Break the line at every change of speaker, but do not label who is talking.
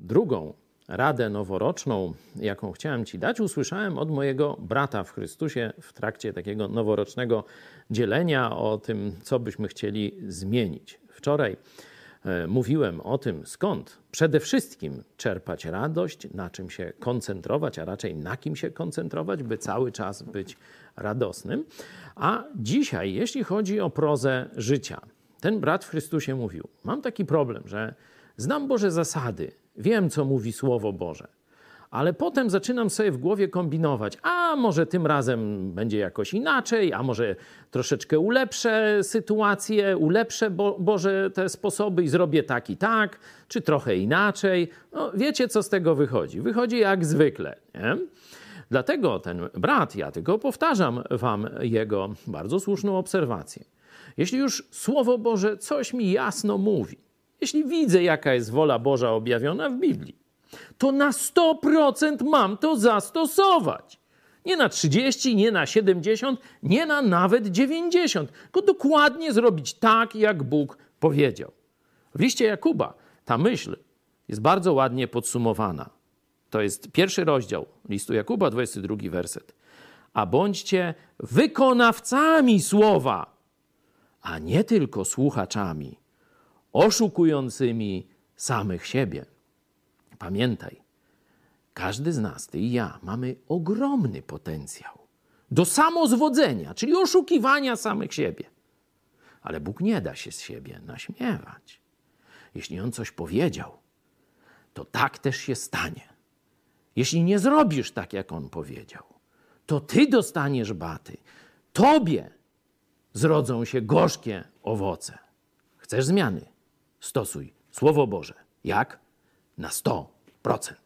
Drugą radę noworoczną, jaką chciałem Ci dać, usłyszałem od mojego brata w Chrystusie w trakcie takiego noworocznego dzielenia o tym, co byśmy chcieli zmienić. Wczoraj mówiłem o tym, skąd przede wszystkim czerpać radość, na czym się koncentrować, a raczej na kim się koncentrować, by cały czas być radosnym. A dzisiaj, jeśli chodzi o prozę życia, ten brat w Chrystusie mówił, mam taki problem, że znam Boże zasady, wiem, co mówi Słowo Boże, ale potem zaczynam sobie w głowie kombinować, a może tym razem będzie jakoś inaczej, a może troszeczkę ulepszę sytuację, ulepszę Boże te sposoby i zrobię tak i tak, czy trochę inaczej. No, wiecie, co z tego wychodzi? Wychodzi jak zwykle, nie? Dlatego ten brat, ja tylko powtarzam wam jego bardzo słuszną obserwację. Jeśli już Słowo Boże coś mi jasno mówi, jeśli widzę, jaka jest wola Boża objawiona w Biblii, to na 100% mam to zastosować. Nie na 30, nie na 70, nie na nawet 90, tylko dokładnie zrobić tak, jak Bóg powiedział. W liście Jakuba ta myśl jest bardzo ładnie podsumowana. To jest 1 rozdział listu Jakuba, 22 werset. A bądźcie wykonawcami słowa, a nie tylko słuchaczami, oszukującymi samych siebie. Pamiętaj, każdy z nas, ty i ja, mamy ogromny potencjał do samozwodzenia, czyli oszukiwania samych siebie. Ale Bóg nie da się z siebie naśmiewać. Jeśli On coś powiedział, to tak też się stanie. Jeśli nie zrobisz tak, jak On powiedział, to ty dostaniesz baty. Tobie zrodzą się gorzkie owoce. Chcesz zmiany? Stosuj Słowo Boże. Jak? Na 100%.